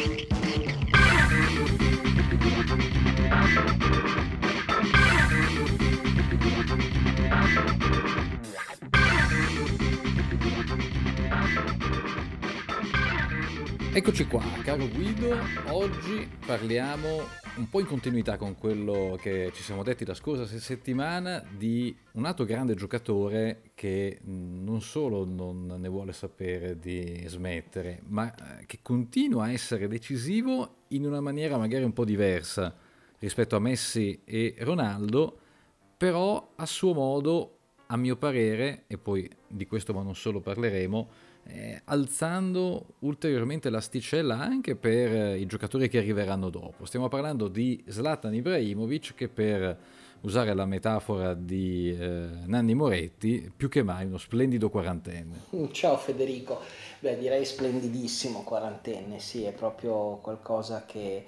Eccoci qua, caro Guido, oggi parliamo un po' in continuità con quello che ci siamo detti la scorsa settimana di un altro grande giocatore che non solo non ne vuole sapere di smettere, ma che continua a essere decisivo in una maniera magari un po' diversa rispetto a Messi e Ronaldo, però a suo modo, a mio parere, e poi di questo ma non solo parleremo, alzando ulteriormente l'asticella anche per i giocatori che arriveranno dopo. Stiamo parlando di Zlatan Ibrahimovic che, per usare la metafora di Nanni Moretti, più che mai uno splendido quarantenne. Ciao Federico, beh direi splendidissimo quarantenne, sì, è proprio qualcosa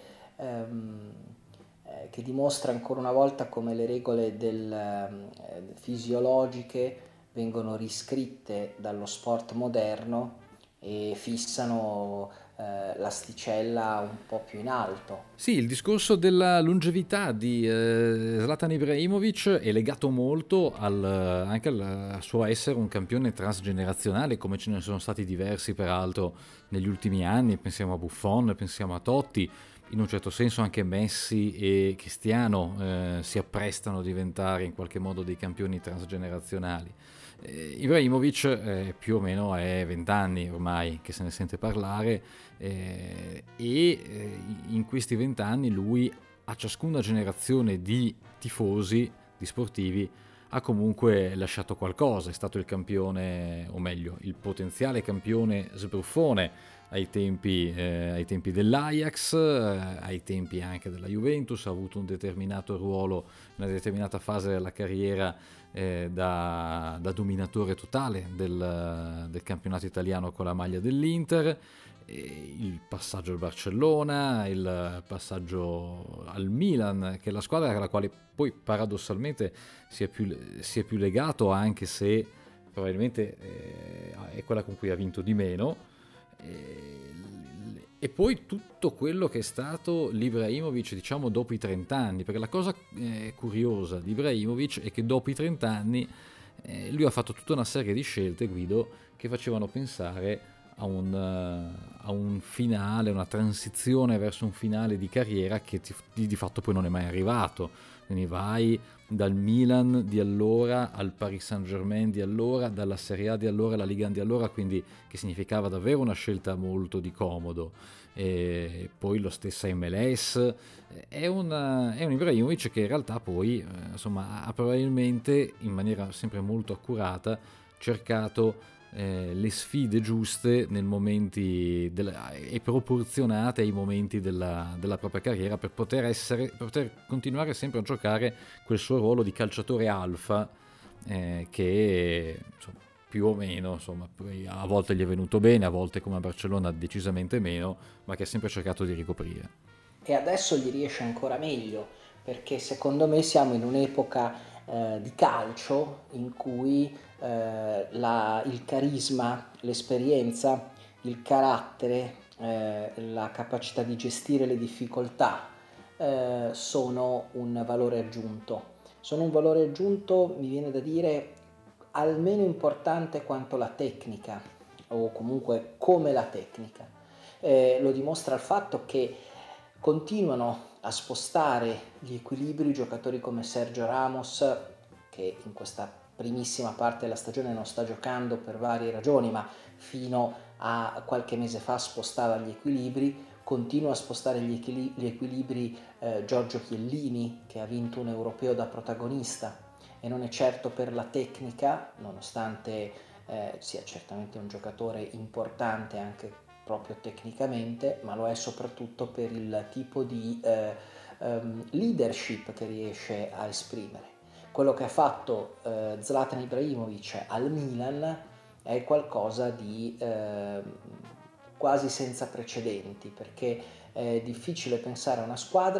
che dimostra ancora una volta come le regole fisiologiche vengono riscritte dallo sport moderno e fissano l'asticella un po' più in alto. Sì, il discorso della longevità di Zlatan Ibrahimovic è legato molto anche al suo essere un campione transgenerazionale, come ce ne sono stati diversi peraltro negli ultimi anni. Pensiamo a Buffon, pensiamo a Totti, in un certo senso anche Messi e Cristiano si apprestano a diventare in qualche modo dei campioni transgenerazionali. Ibrahimovic più o meno è 20 anni ormai che se ne sente parlare, in questi 20 anni lui, a ciascuna generazione di tifosi, di sportivi, ha comunque lasciato qualcosa. È stato il campione, o meglio il potenziale campione sbruffone ai tempi dell'Ajax, ai tempi anche della Juventus. Ha avuto un determinato ruolo, una determinata fase della carriera da dominatore totale del campionato italiano con la maglia dell'Inter. Il passaggio al Barcellona, il passaggio al Milan, che è la squadra alla quale poi paradossalmente si è più legato, anche se probabilmente è quella con cui ha vinto di meno. E poi tutto quello che è stato l'Ibrahimovic, diciamo, dopo i 30 anni, perché la cosa curiosa di Ibrahimovic è che dopo i 30 anni lui ha fatto tutta una serie di scelte, Guido, che facevano pensare a un finale, una transizione verso un finale di carriera che di fatto poi non è mai arrivato. Quindi vai dal Milan di allora al Paris Saint-Germain di allora, dalla Serie A di allora alla Liga di allora, quindi che significava davvero una scelta molto di comodo. E poi lo stesso MLS. È un Ibrahimovic che in realtà poi insomma, ha probabilmente in maniera sempre molto accurata cercato le sfide giuste nei momenti e proporzionate ai momenti della propria carriera per per poter continuare sempre a giocare quel suo ruolo di calciatore alfa, che insomma, più o meno, insomma, poi a volte gli è venuto bene, a volte come a Barcellona decisamente meno, ma che ha sempre cercato di ricoprire. E adesso gli riesce ancora meglio, perché secondo me siamo in un'epoca di calcio in cui il carisma, l'esperienza, il carattere, la capacità di gestire le difficoltà sono un valore aggiunto. Sono un valore aggiunto, mi viene da dire, almeno importante quanto la tecnica, o comunque come la tecnica. Lo dimostra il fatto che continuano a spostare gli equilibri giocatori come Sergio Ramos, che in questa primissima parte della stagione non sta giocando per varie ragioni, ma fino a qualche mese fa spostava gli equilibri. Continua a spostare gli equilibri Giorgio Chiellini, che ha vinto un europeo da protagonista, e non è certo per la tecnica, nonostante sia certamente un giocatore importante anche proprio tecnicamente, ma lo è soprattutto per il tipo di leadership che riesce a esprimere. Quello che ha fatto Zlatan Ibrahimovic al Milan è qualcosa di quasi senza precedenti, perché è difficile pensare a una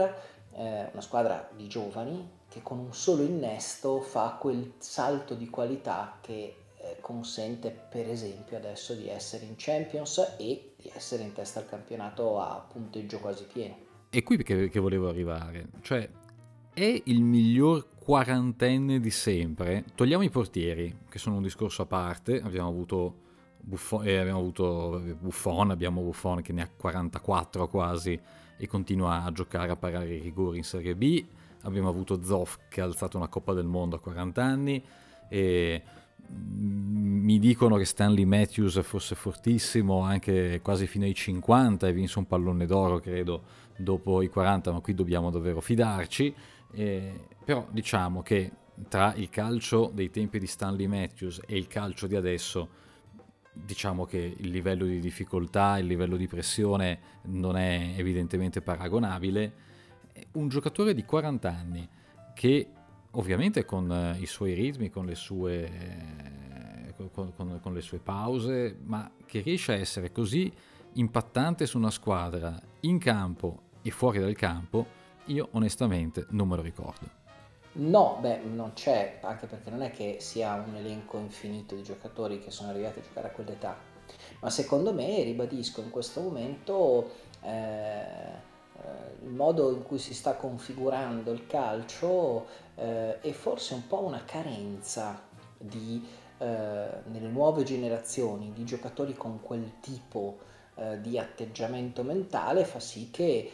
squadra di giovani che con un solo innesto fa quel salto di qualità che consente per esempio adesso di essere in Champions e di essere in testa al campionato a punteggio quasi pieno. E qui che volevo arrivare, cioè è il miglior quarantenne di sempre. Togliamo i portieri, che sono un discorso a parte. Abbiamo avuto Buffon, abbiamo Buffon che ne ha 44 quasi e continua a giocare a parare i rigori in Serie B. Abbiamo avuto Zoff che ha alzato una Coppa del Mondo a 40 anni e mi dicono che Stanley Matthews fosse fortissimo anche quasi fino ai 50 e vinse un pallone d'oro credo dopo i 40, ma qui dobbiamo davvero fidarci. Però diciamo che tra il calcio dei tempi di Stanley Matthews e il calcio di adesso, diciamo che il livello di difficoltà, il livello di pressione non è evidentemente paragonabile. Un giocatore di 40 anni che ovviamente con i suoi ritmi, con le sue pause, ma che riesce a essere così impattante su una squadra in campo e fuori dal campo, io onestamente non me lo ricordo. No, non c'è, anche perché non è che sia un elenco infinito di giocatori che sono arrivati a giocare a quell'età, ma secondo me, ribadisco, in questo momento il modo in cui si sta configurando il calcio è forse un po' una carenza nelle nuove generazioni di giocatori con quel tipo di atteggiamento mentale, fa sì che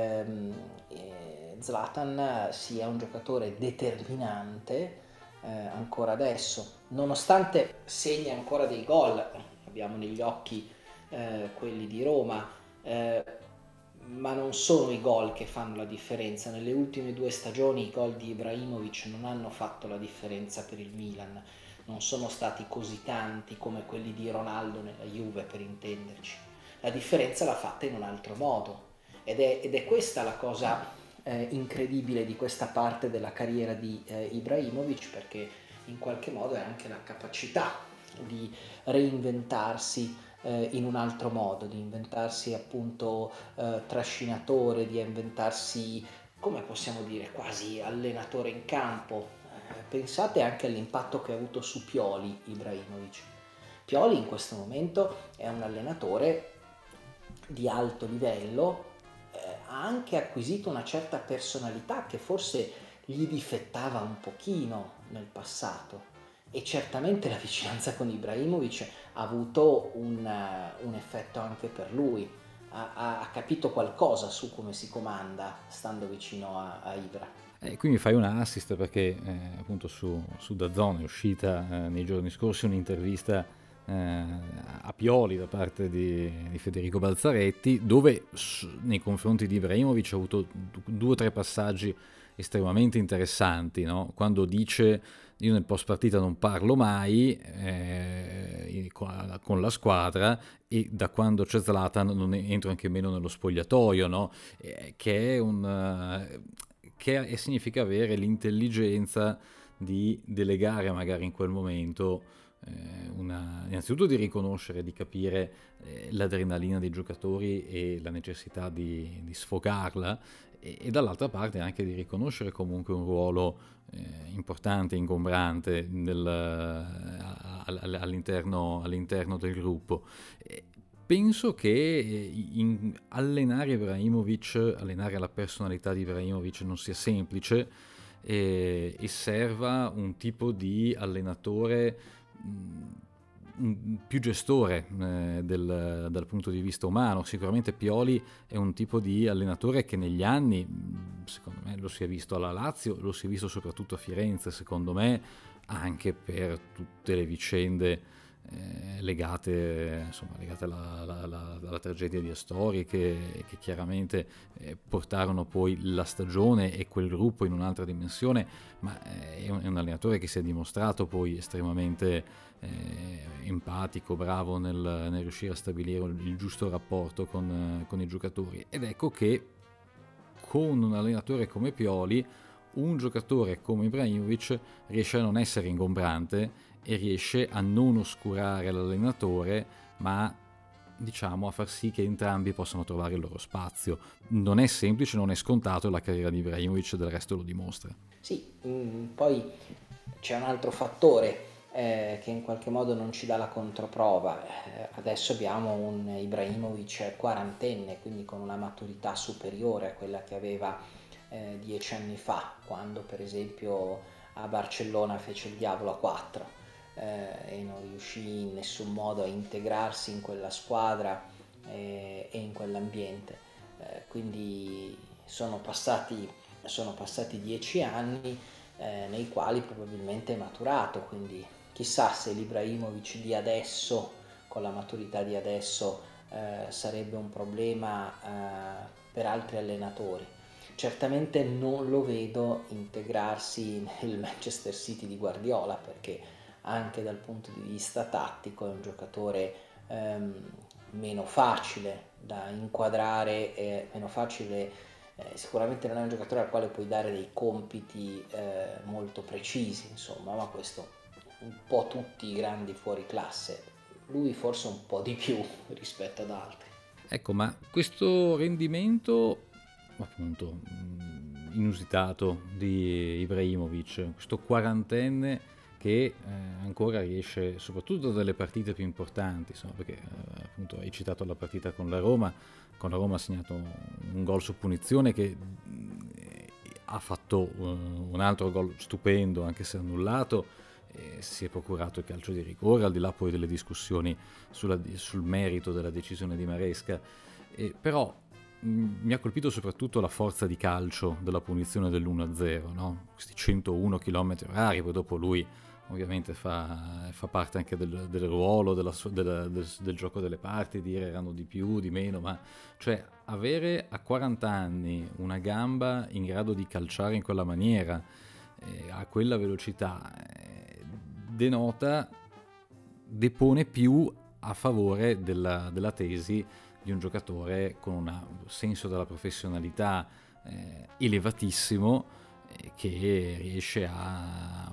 Zlatan sia un giocatore determinante ancora adesso, nonostante segni ancora dei gol. Abbiamo negli occhi quelli di Roma, ma non sono i gol che fanno la differenza. Nelle ultime 2 stagioni i gol di Ibrahimovic non hanno fatto la differenza per il Milan, non sono stati così tanti come quelli di Ronaldo nella Juve, per intenderci. La differenza l'ha fatta in un altro modo ed è questa la cosa incredibile di questa parte della carriera di Ibrahimovic, perché in qualche modo è anche la capacità di reinventarsi in un altro modo, di inventarsi appunto trascinatore, di inventarsi, come possiamo dire, quasi allenatore in campo. Pensate anche all'impatto che ha avuto su Pioli Ibrahimovic. Pioli in questo momento è un allenatore di alto livello, ha anche acquisito una certa personalità che forse gli difettava un pochino nel passato, e certamente la vicinanza con Ibrahimovic ha avuto un effetto anche per lui, ha capito qualcosa su come si comanda stando vicino a Ibra. Qui mi fai un assist perché appunto su DAZN è uscita nei giorni scorsi un'intervista a Pioli da parte di Federico Balzaretti, dove nei confronti di Ibrahimovic ha avuto 2 o 3 passaggi estremamente interessanti, no? Quando dice io nel post partita non parlo mai con la squadra e da quando c'è Zlatan non entro anche meno nello spogliatoio, no? Che significa avere l'intelligenza di delegare magari in quel momento innanzitutto di riconoscere, di capire l'adrenalina dei giocatori e la necessità di sfogarla e dall'altra parte anche di riconoscere comunque un ruolo importante, ingombrante all'interno del gruppo. Penso che allenare Ibrahimovic, allenare la personalità di Ibrahimovic non sia semplice e serva un tipo di allenatore più gestore dal punto di vista umano. Sicuramente Pioli è un tipo di allenatore che negli anni, secondo me, lo si è visto alla Lazio, lo si è visto soprattutto a Firenze, secondo me, anche per tutte le vicende legate alla tragedia di Astori che chiaramente portarono poi la stagione e quel gruppo in un'altra dimensione, ma è un allenatore che si è dimostrato poi estremamente empatico, bravo nel riuscire a stabilire il giusto rapporto con i giocatori, ed ecco che con un allenatore come Pioli un giocatore come Ibrahimovic riesce a non essere ingombrante e riesce a non oscurare l'allenatore, ma diciamo a far sì che entrambi possano trovare il loro spazio. Non è semplice, non è scontato, e la carriera di Ibrahimovic del resto lo dimostra. Sì, poi c'è un altro fattore che in qualche modo non ci dà la controprova. Adesso abbiamo un Ibrahimovic quarantenne, quindi con una maturità superiore a quella che aveva 10 anni fa, quando per esempio a Barcellona fece il diavolo a 4 e non riuscì in nessun modo a integrarsi in quella squadra e in quell'ambiente. Quindi sono passati 10 anni nei quali probabilmente è maturato, quindi chissà se l'Ibrahimovic di adesso, con la maturità di adesso, sarebbe un problema per altri allenatori. Certamente non lo vedo integrarsi nel Manchester City di Guardiola, perché anche dal punto di vista tattico è un giocatore meno facile da inquadrare, meno facile, sicuramente non è un giocatore al quale puoi dare dei compiti molto precisi, insomma, ma questo un po' tutti i grandi fuori classe, lui forse un po' di più rispetto ad altri. Ecco, ma questo rendimento appunto inusitato di Ibrahimovic, questo quarantenne che ancora riesce, soprattutto dalle partite più importanti, insomma, perché appunto hai citato la partita con la Roma ha segnato un gol su punizione che ha fatto un altro gol stupendo, anche se annullato, si è procurato il calcio di rigore, al di là poi delle discussioni sul merito della decisione di Maresca. Però mi ha colpito soprattutto la forza di calcio della punizione dell'1-0, no? Questi 101 km/h, poi dopo lui ovviamente fa parte anche del ruolo, del gioco delle parti, dire erano di più, di meno, ma cioè avere a 40 anni una gamba in grado di calciare in quella maniera, a quella velocità, depone più a favore della tesi di un giocatore con un senso della professionalità elevatissimo, che riesce a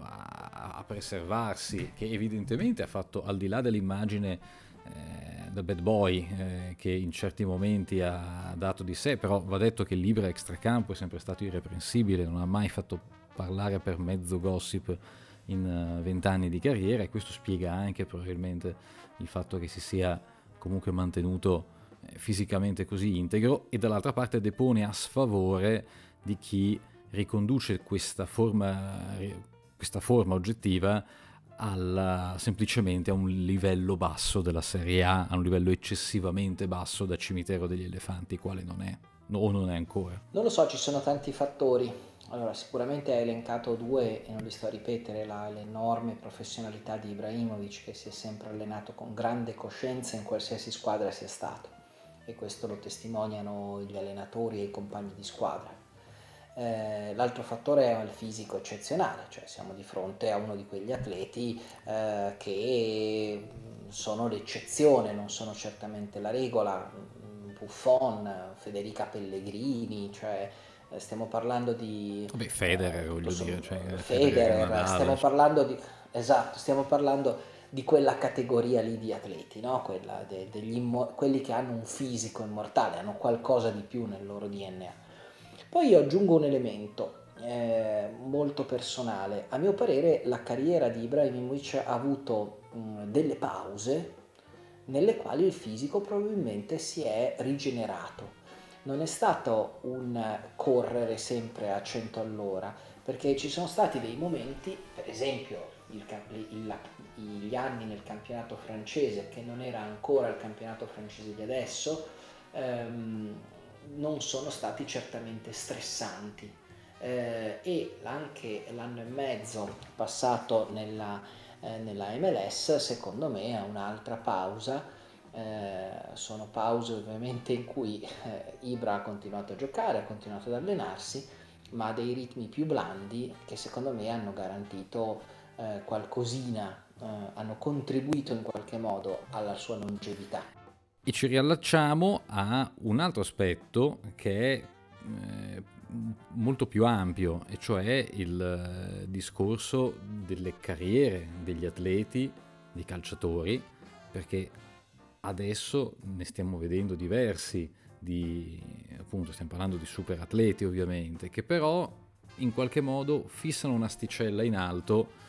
preservarsi, che evidentemente ha fatto, al di là dell'immagine da bad boy che in certi momenti ha dato di sé, però va detto che Ibra extracampo è sempre stato irreprensibile, non ha mai fatto parlare per mezzo gossip in 20 anni di carriera, e questo spiega anche probabilmente il fatto che si sia comunque mantenuto fisicamente così integro, e dall'altra parte depone a sfavore di chi riconduce questa forma oggettiva semplicemente a un livello basso della Serie A, a un livello eccessivamente basso da cimitero degli elefanti, quale non è, o non è ancora. Non lo so, ci sono tanti fattori. Allora, sicuramente hai elencato due e non li sto a ripetere, l'enorme professionalità di Ibrahimovic, che si è sempre allenato con grande coscienza in qualsiasi squadra sia stato, e questo lo testimoniano gli allenatori e i compagni di squadra. L'altro fattore è il fisico eccezionale, cioè siamo di fronte a uno di quegli atleti che sono l'eccezione, non sono certamente la regola. Buffon, Federica Pellegrini, cioè stiamo parlando di Federer, voglio dire, cioè, Federer, stiamo parlando di, esatto, stiamo parlando di quella categoria lì di atleti, no? Quella quelli che hanno un fisico immortale, hanno qualcosa di più nel loro DNA. Poi io aggiungo un elemento molto personale. A mio parere la carriera di Ibrahimovic ha avuto delle pause nelle quali il fisico probabilmente si è rigenerato. Non è stato un correre sempre a 100 all'ora, perché ci sono stati dei momenti, per esempio gli anni nel campionato francese, che non era ancora il campionato francese di adesso, non sono stati certamente stressanti, e anche l'anno e mezzo passato nella MLS secondo me è un'altra pausa. Sono pause ovviamente in cui Ibra ha continuato a giocare, ha continuato ad allenarsi, ma a dei ritmi più blandi che secondo me hanno garantito qualcosina, hanno contribuito in qualche modo alla sua longevità. E ci riallacciamo a un altro aspetto che è molto più ampio, e cioè il discorso delle carriere degli atleti, dei calciatori, perché adesso ne stiamo vedendo diversi, appunto stiamo parlando di super atleti ovviamente, che però in qualche modo fissano un'asticella in alto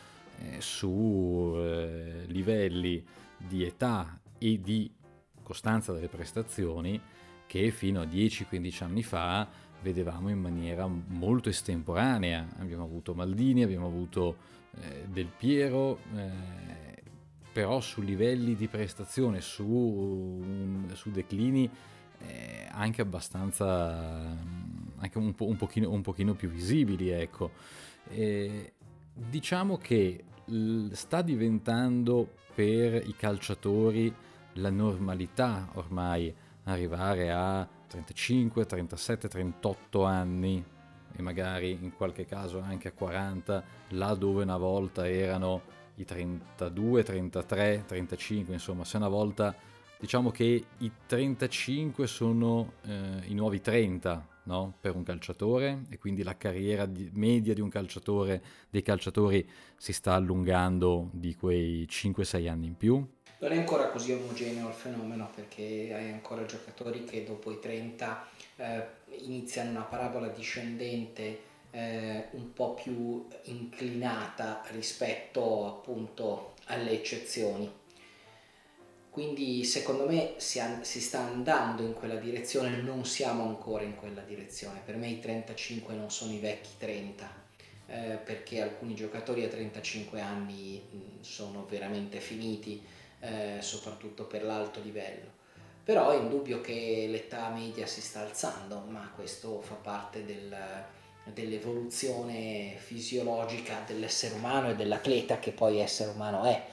su livelli di età e di costanza delle prestazioni che fino a 10-15 anni fa vedevamo in maniera molto estemporanea. Abbiamo avuto Maldini, abbiamo avuto Del Piero, però su livelli di prestazione, su declini anche abbastanza, anche un pochino più visibili, ecco. Diciamo che sta diventando per i calciatori la normalità ormai arrivare a 35, 37, 38 anni e magari in qualche caso anche a 40, là dove una volta erano i 32, 33, 35, insomma, se una volta diciamo che i 35 sono i nuovi 30, no? Per un calciatore, e quindi la carriera media di un calciatore, dei calciatori, si sta allungando di quei 5-6 anni in più. Non è ancora così omogeneo il fenomeno, perché hai ancora giocatori che dopo i 30 iniziano una parabola discendente un po' più inclinata rispetto appunto alle eccezioni. Quindi secondo me si sta andando in quella direzione, non siamo ancora in quella direzione. Per me i 35 non sono i vecchi 30, perché alcuni giocatori a 35 anni sono veramente finiti, soprattutto per l'alto livello. Però è indubbio che l'età media si sta alzando, ma questo fa parte dell'evoluzione fisiologica dell'essere umano e dell'atleta che poi essere umano è.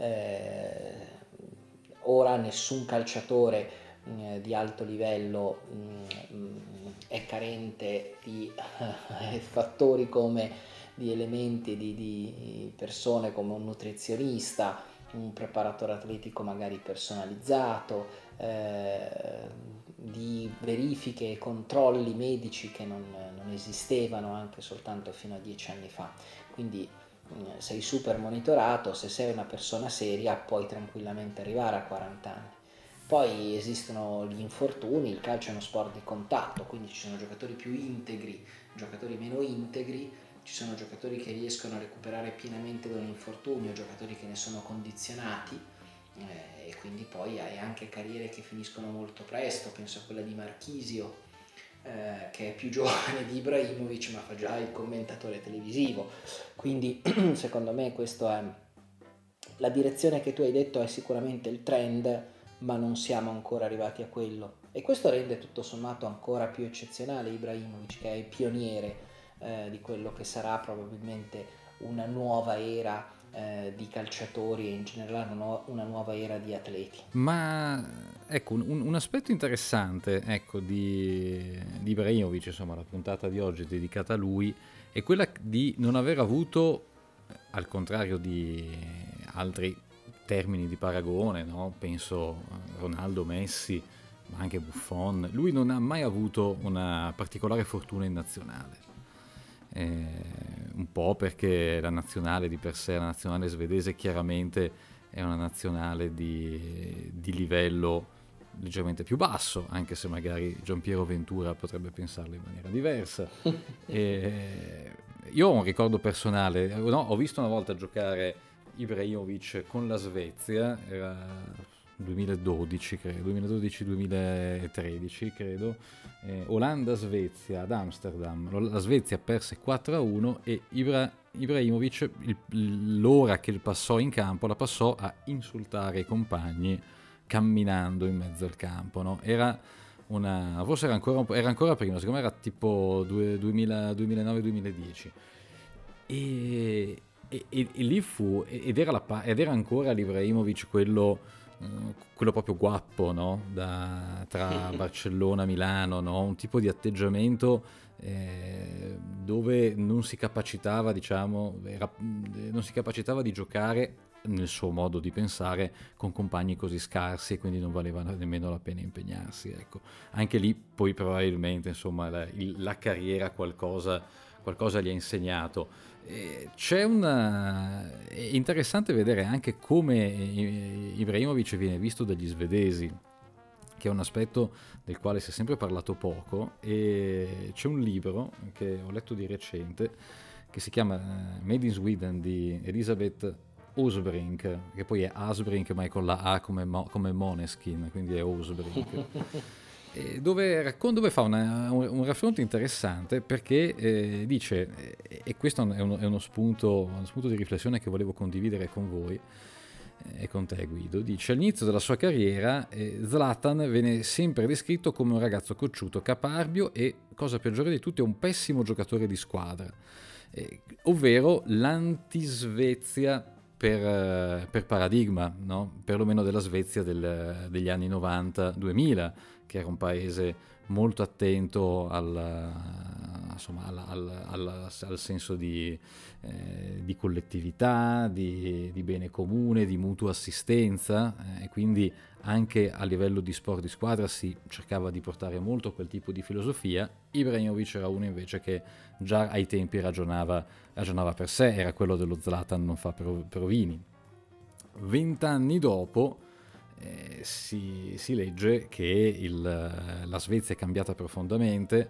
Ora nessun calciatore di alto livello è carente di fattori come di elementi, di persone come un nutrizionista, un preparatore atletico magari personalizzato, di verifiche e controlli medici che non esistevano anche soltanto fino a 10 anni fa. Quindi sei super monitorato, se sei una persona seria puoi tranquillamente arrivare a 40 anni. Poi esistono gli infortuni, il calcio è uno sport di contatto, quindi ci sono giocatori più integri, giocatori meno integri, ci sono giocatori che riescono a recuperare pienamente da un infortunio, giocatori che ne sono condizionati, e quindi poi hai anche carriere che finiscono molto presto. Penso a quella di Marchisio, che è più giovane di Ibrahimovic ma fa già il commentatore televisivo. Quindi secondo me questo è la direzione che tu hai detto, è sicuramente il trend, ma non siamo ancora arrivati a quello, e questo rende tutto sommato ancora più eccezionale Ibrahimovic, che è il pioniere di quello che sarà probabilmente una nuova era di calciatori e in generale una nuova era di atleti. Ma ecco, un aspetto interessante, ecco, di Ibrahimovic, insomma, la puntata di oggi è dedicata a lui, è quella di non aver avuto, al contrario di altri termini di paragone, no? Penso a Ronaldo, Messi, ma anche Buffon, lui non ha mai avuto una particolare fortuna in nazionale. Un po' perché la nazionale di per sé, la nazionale svedese, chiaramente è una nazionale di livello leggermente più basso, anche se magari Giampiero Ventura potrebbe pensarlo in maniera diversa. Io ho un ricordo personale, no? Ho visto una volta giocare Ibrahimovic con la Svezia, era 2012 credo, 2012-2013 credo, Olanda-Svezia ad Amsterdam. La Svezia perse 4-1 e Ibrahimovic l'ora che passò in campo la passò a insultare i compagni camminando in mezzo al campo, no? Forse era ancora prima, secondo me era tipo 2009-2010 e lì fu, ed era ancora l'Ibrahimovic quello proprio guappo, no? Tra Barcellona e Milano, no? Un tipo di atteggiamento dove non si capacitava, diciamo, non si capacitava di giocare nel suo modo di pensare con compagni così scarsi, e quindi non valeva nemmeno la pena impegnarsi, ecco. Anche lì poi probabilmente, insomma, la carriera qualcosa gli ha insegnato. È interessante vedere anche come Ibrahimovic viene visto dagli svedesi, che è un aspetto del quale si è sempre parlato poco, e c'è un libro che ho letto di recente che si chiama Made in Sweden di Elisabeth Osbrink, che poi è Asbrink ma è con la A come Måneskin, quindi è Osbrink. Dove fa un raffronto interessante, perché dice, e questo è uno spunto di riflessione che volevo condividere con voi e con te, Guido. Dice: all'inizio della sua carriera Zlatan venne sempre descritto come un ragazzo cocciuto, caparbio e, cosa peggiore di tutto, un pessimo giocatore di squadra, ovvero l'anti-Svezia per paradigma, no? Perlomeno della Svezia degli anni 90-2000, che era un paese molto attento al senso di collettività, di bene comune, di mutua assistenza, e quindi anche a livello di sport di squadra si cercava di portare molto quel tipo di filosofia. Ibrahimovic era uno invece che già ai tempi ragionava per sé, era quello dello Zlatan non fa provini. 20 anni dopo si legge che la Svezia è cambiata profondamente,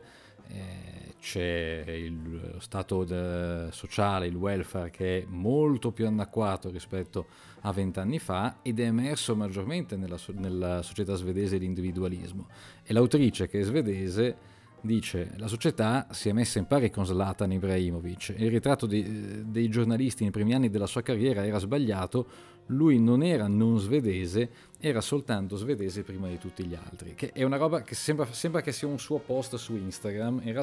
c'è lo stato sociale, il welfare, che è molto più anacquato rispetto a 20 anni fa, ed è emerso maggiormente nella società svedese l'individualismo. E l'autrice, che è svedese, dice: la società si è messa in pari con Zlatan Ibrahimovic, il ritratto dei giornalisti nei primi anni della sua carriera era sbagliato, lui non era non svedese, era soltanto svedese prima di tutti gli altri, che è una roba che sembra che sia un suo post su Instagram. In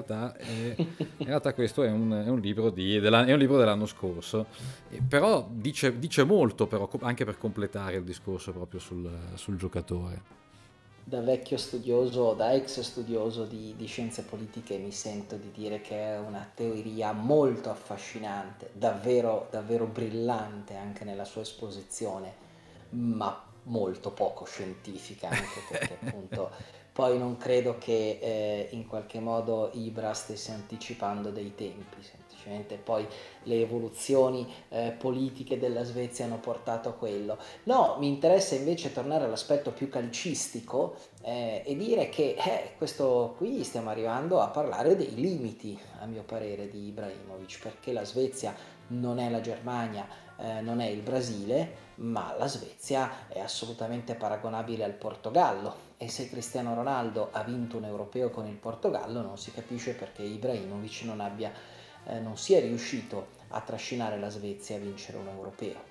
realtà questo è un libro è un libro dell'anno scorso, però dice molto, però, anche per completare il discorso proprio sul giocatore. Da vecchio studioso, da ex studioso di scienze politiche, mi sento di dire che è una teoria molto affascinante, davvero, davvero brillante anche nella sua esposizione, ma molto poco scientifica, anche perché appunto poi non credo che in qualche modo Ibra stesse anticipando dei tempi, semplicemente poi le evoluzioni politiche della Svezia hanno portato a quello. No, mi interessa invece tornare all'aspetto più calcistico e dire che questo qui stiamo arrivando a parlare dei limiti, a mio parere, di Ibrahimovic, perché la Svezia non è la Germania, non è il Brasile, ma la Svezia è assolutamente paragonabile al Portogallo, e se Cristiano Ronaldo ha vinto un europeo con il Portogallo non si capisce perché Ibrahimovic non sia riuscito a trascinare la Svezia a vincere un europeo.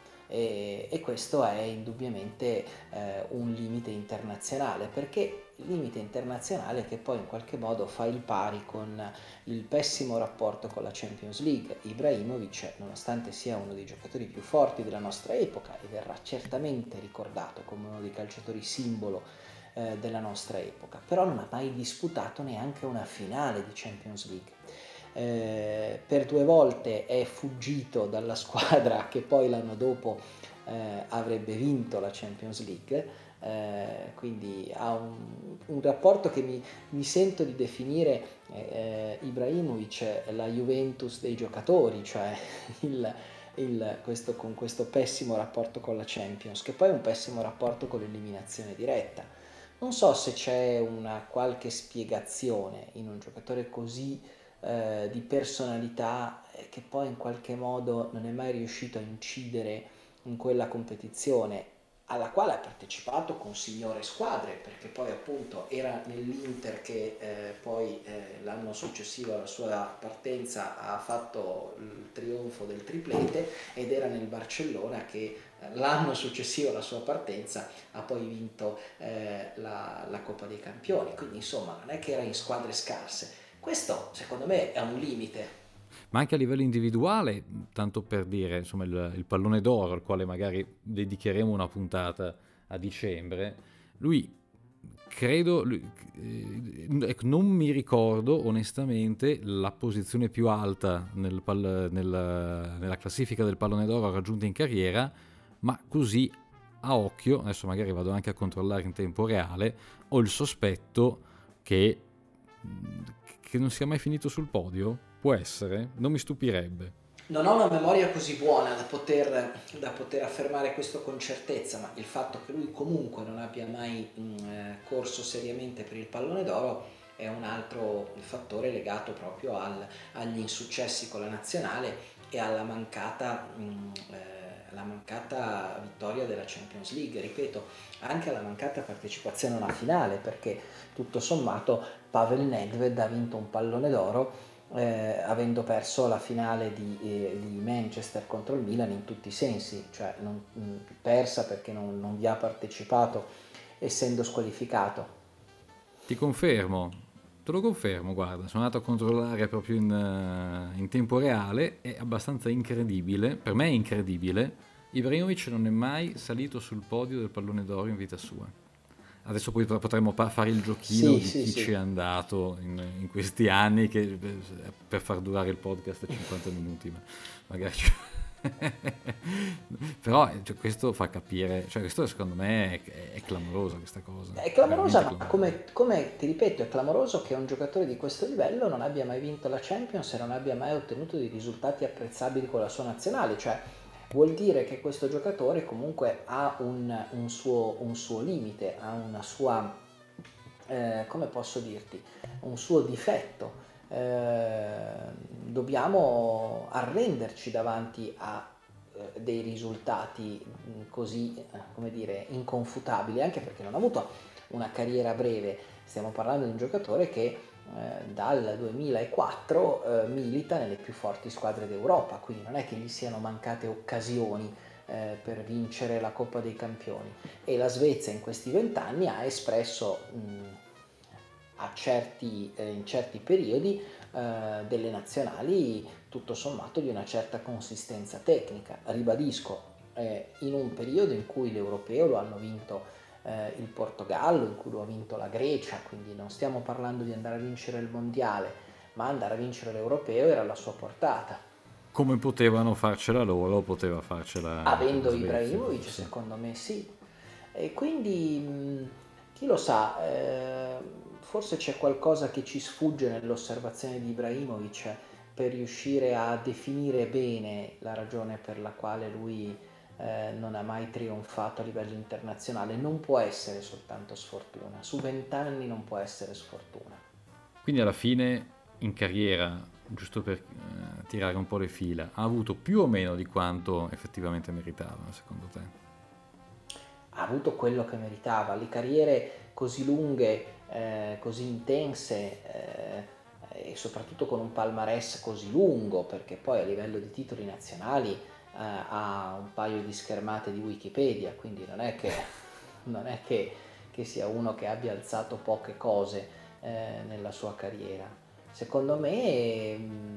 E questo è indubbiamente un limite internazionale, perché il limite internazionale che poi in qualche modo fa il pari con il pessimo rapporto con la Champions League. Ibrahimovic, nonostante sia uno dei giocatori più forti della nostra epoca e verrà certamente ricordato come uno dei calciatori simbolo della nostra epoca, però non ha mai disputato neanche una finale di Champions League. Per 2 volte è fuggito dalla squadra che poi l'anno dopo avrebbe vinto la Champions League, quindi ha un rapporto che mi sento di definire Ibrahimovic la Juventus dei giocatori, cioè con questo pessimo rapporto con la Champions, che poi è un pessimo rapporto con l'eliminazione diretta. Non so se c'è una qualche spiegazione in un giocatore così di personalità che poi in qualche modo non è mai riuscito a incidere in quella competizione alla quale ha partecipato con signore squadre, perché poi appunto era nell'Inter che poi l'anno successivo alla sua partenza ha fatto il trionfo del triplete, ed era nel Barcellona che l'anno successivo alla sua partenza ha poi vinto la Coppa dei Campioni, quindi insomma non è che era in squadre scarse. Questo secondo me è un limite. Ma anche a livello individuale, tanto per dire, insomma, il pallone d'oro, al quale magari dedicheremo una puntata a dicembre, lui ecco, non mi ricordo onestamente la posizione più alta nella classifica del pallone d'oro raggiunta in carriera, ma così a occhio, adesso magari vado anche a controllare in tempo reale, ho il sospetto che non sia mai finito sul podio. Può essere, non mi stupirebbe. Non ho una memoria così buona da poter affermare questo con certezza, ma il fatto che lui comunque non abbia mai corso seriamente per il pallone d'oro è un altro fattore legato proprio agli insuccessi con la nazionale e alla mancata vittoria della Champions League, ripeto, anche alla mancata partecipazione a una finale, perché tutto sommato Pavel Nedved ha vinto un pallone d'oro avendo perso la finale di Manchester contro il Milan in tutti i sensi, cioè persa perché non vi ha partecipato essendo squalificato. Ti confermo, te lo confermo, guarda, sono andato a controllare proprio in tempo reale, è abbastanza incredibile, per me è incredibile, Ibrahimovic non è mai salito sul podio del pallone d'oro in vita sua. Adesso poi potremmo fare il giochino Sì, di sì, chi ci sì. è andato in questi anni per far durare il podcast a 50 minuti, ma magari... Però cioè, questo fa capire, cioè questo secondo me è clamorosa questa cosa, È clamorosa, veramente ma clamorosa. come ti ripeto, è clamoroso che un giocatore di questo livello non abbia mai vinto la Champions e non abbia mai ottenuto dei risultati apprezzabili con la sua nazionale. Cioè, vuol dire che questo giocatore comunque ha un suo limite, ha una sua, come posso dirti, un suo difetto. Dobbiamo arrenderci davanti a dei risultati così, come dire, inconfutabili, anche perché non ha avuto una carriera breve. Stiamo parlando di un giocatore che dal 2004 milita nelle più forti squadre d'Europa, quindi non è che gli siano mancate occasioni per vincere la Coppa dei Campioni, e la Svezia in questi 20 anni ha espresso in certi periodi delle nazionali tutto sommato di una certa consistenza tecnica. Ribadisco, in un periodo in cui l'europeo lo hanno vinto il Portogallo, in cui lo ha vinto la Grecia, quindi non stiamo parlando di andare a vincere il mondiale, ma andare a vincere l'europeo era alla sua portata. Come potevano farcela loro, poteva farcela anche la Avendo Svezia, Ibrahimovic, sì. secondo me sì. E quindi chi lo sa, forse c'è qualcosa che ci sfugge nell'osservazione di Ibrahimovic per riuscire a definire bene la ragione per la quale lui non ha mai trionfato a livello internazionale. Non può essere soltanto sfortuna, su 20 anni non può essere sfortuna. Quindi alla fine in carriera, giusto per tirare un po' le fila, ha avuto più o meno di quanto effettivamente meritava, secondo te? Ha avuto quello che meritava. Le carriere così lunghe, così intense e soprattutto con un palmarès così lungo, perché poi a livello di titoli nazionali ha un paio di schermate di Wikipedia, quindi non è che sia uno che abbia alzato poche cose nella sua carriera. Secondo me,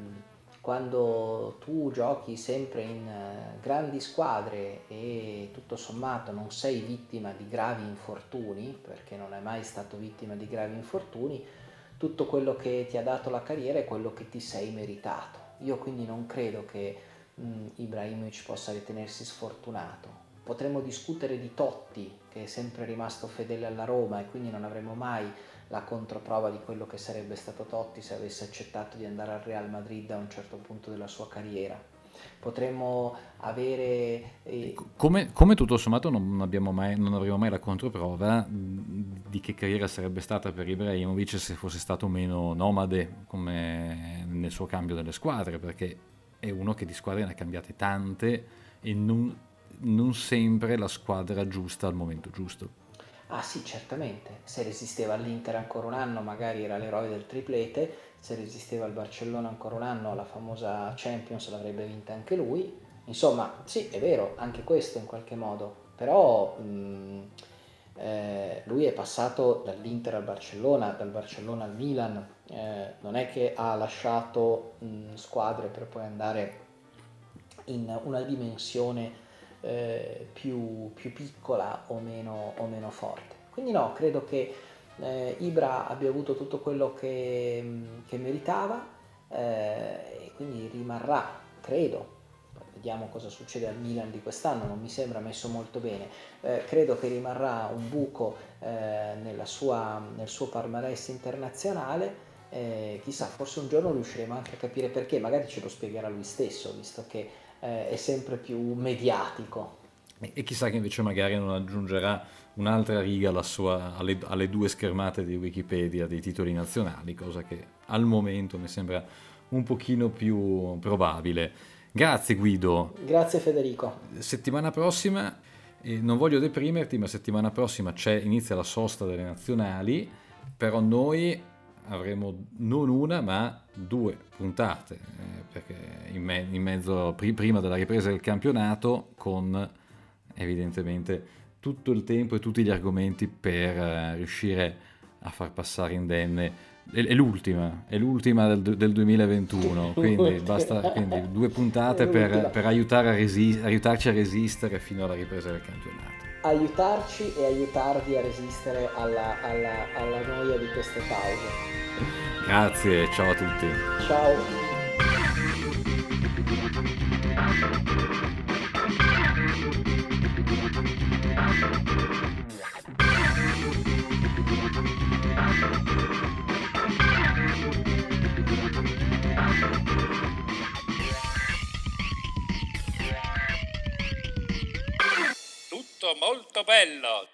quando tu giochi sempre in grandi squadre e tutto sommato non sei vittima di gravi infortuni, perché non è mai stato vittima di gravi infortuni, tutto quello che ti ha dato la carriera è quello che ti sei meritato. Io quindi non credo che Ibrahimovic possa ritenersi sfortunato. Potremmo discutere di Totti, che è sempre rimasto fedele alla Roma e quindi non avremo mai la controprova di quello che sarebbe stato Totti se avesse accettato di andare al Real Madrid a un certo punto della sua carriera. Potremmo avere Come tutto sommato non avremo mai la controprova di che carriera sarebbe stata per Ibrahimovic se fosse stato meno nomade come nel suo cambio delle squadre, perché è uno che di squadre ne ha cambiate tante e non sempre la squadra giusta al momento giusto. Ah sì, certamente, se resisteva all'Inter ancora un anno magari era l'eroe del triplete, se resisteva al Barcellona ancora un anno la famosa Champions l'avrebbe vinta anche lui. Insomma, sì, è vero, anche questo in qualche modo, però lui è passato dall'Inter al Barcellona, dal Barcellona al Milan, non è che ha lasciato squadre per poi andare in una dimensione più piccola o meno forte. Quindi no, credo che Ibra abbia avuto tutto quello che meritava e quindi rimarrà, credo. Poi vediamo cosa succede al Milan di quest'anno, non mi sembra messo molto bene. Credo che rimarrà un buco nel suo palmarès internazionale. Chissà, forse un giorno riusciremo anche a capire perché, magari ce lo spiegherà lui stesso, visto che è sempre più mediatico. e chissà che invece magari non aggiungerà un'altra riga alle 2 schermate di Wikipedia dei titoli nazionali, cosa che al momento mi sembra un pochino più probabile. Grazie Guido. Grazie Federico. Settimana prossima, non voglio deprimerti, ma settimana prossima inizia la sosta delle nazionali, però noi avremo non una ma 2 puntate, perché in mezzo, prima della ripresa del campionato, con evidentemente tutto il tempo e tutti gli argomenti per riuscire a far passare indenne. È l'ultima del 2021, quindi basta 2 puntate per aiutarci a resistere fino alla ripresa del campionato. Aiutarci e aiutarvi a resistere alla noia di queste pause. Grazie, ciao a tutti. Ciao. Tutto molto bello,